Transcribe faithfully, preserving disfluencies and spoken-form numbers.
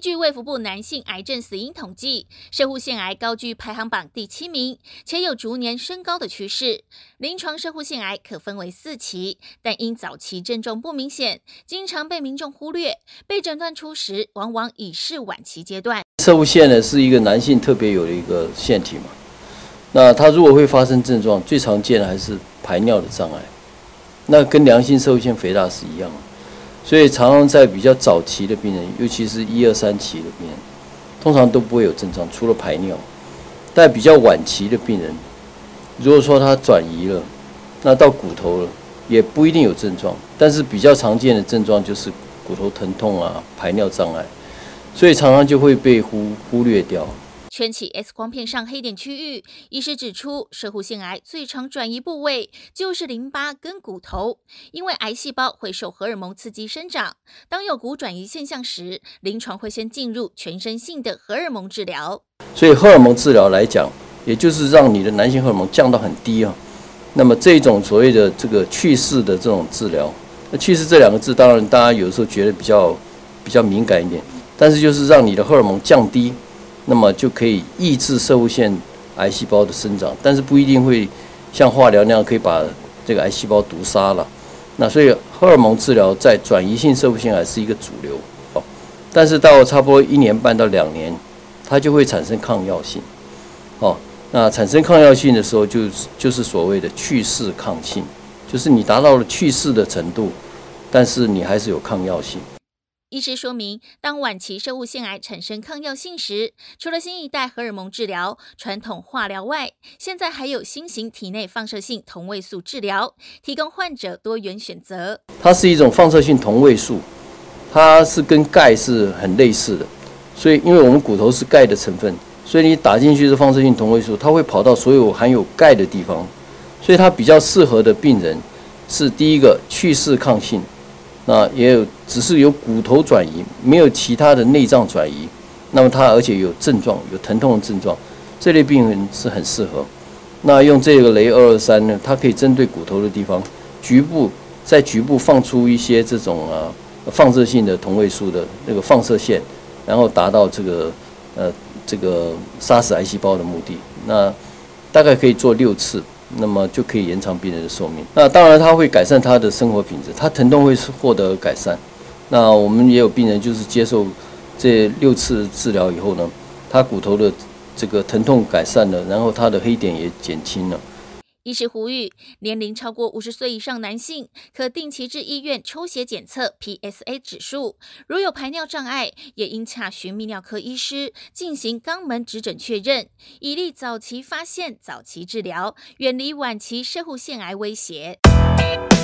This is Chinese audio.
据卫福部男性癌症死因统计，攝護腺癌高居排行榜第七名，且有逐年升高的趋势。临床攝護腺癌可分为四期，但因早期症状不明显，经常被民众忽略，被诊断出时往往已是晚期阶段。 攝護腺呢是一个男性特别有的一个腺体嘛，那它如果会发生症状，最常见的还是排尿的障碍，那跟良性攝護腺肥大是一样的。所以常常在比较早期的病人，尤其是一二三期的病人，通常都不会有症状，除了排尿。但比较晚期的病人，如果说他转移了，那到骨头了，也不一定有症状。但是比较常见的症状就是骨头疼痛啊、排尿障碍，所以常常就会被忽忽略掉。 圈起 X 光片上黑点区域，医师指出，攝護腺癌最常转移部位就是淋巴跟骨头，因为癌细胞会受荷尔蒙刺激生长。当有骨转移现象时，临床会先进入全身性的荷尔蒙治疗。 所以荷尔蒙治疗来讲，也就是让你的男性荷尔蒙降到很低啊。那么这种所谓的这个去势的这种治疗，那去势这两个字，当然大家有时候觉得比较比较敏感一点，但是就是让你的荷尔蒙降低。那么就可以抑制攝護腺癌细胞的生长，但是不一定会像化疗那样可以把这个癌细胞毒杀了。那所以荷尔蒙治疗在转移性攝護腺癌是一个主流，哦，但是到差不多一年半到两年，它就会产生抗药性，哦，那产生抗药性的时候就，就是就是所谓的去势抗性，就是你达到了去势的程度，但是你还是有抗药性。 医师说明，当晚期攝護腺癌产生抗药性时，除了新一代荷尔蒙治疗、传统化疗外，现在还有新型体内放射性同位素治疗，提供患者多元选择。 它是一种放射性同位素，它是跟钙是很类似的，所以因为我们骨头是钙的成分，所以你打进去的放射性同位素，它会跑到所有含有钙的地方，所以它比较适合的病人是第一个去势抗性。那也有，只是有骨头转移，没有其他的内脏转移。那么它而且有症状，有疼痛的症状，这类病人是很适合。那用这个雷二二三呢，它可以针对骨头的地方，局部在局部放出一些这种啊放射性的同位素的那个放射线，然后达到这个呃这个杀死癌细胞的目的。那大概可以做六次。那么就可以延长病人的寿命。那当然，它会改善他的生活品质，他疼痛会获得改善。那我们也有病人就是接受这六次治疗以后呢，他骨头的这个疼痛改善了，然后他的黑点也减轻了。 医师呼吁，年龄超过五十岁以上男性可定期至医院抽血检测 P S A 指数，如有排尿障碍，也应洽询泌尿科医师进行肛门指诊确认，以利早期发现、早期治疗，远离晚期攝護腺癌威胁。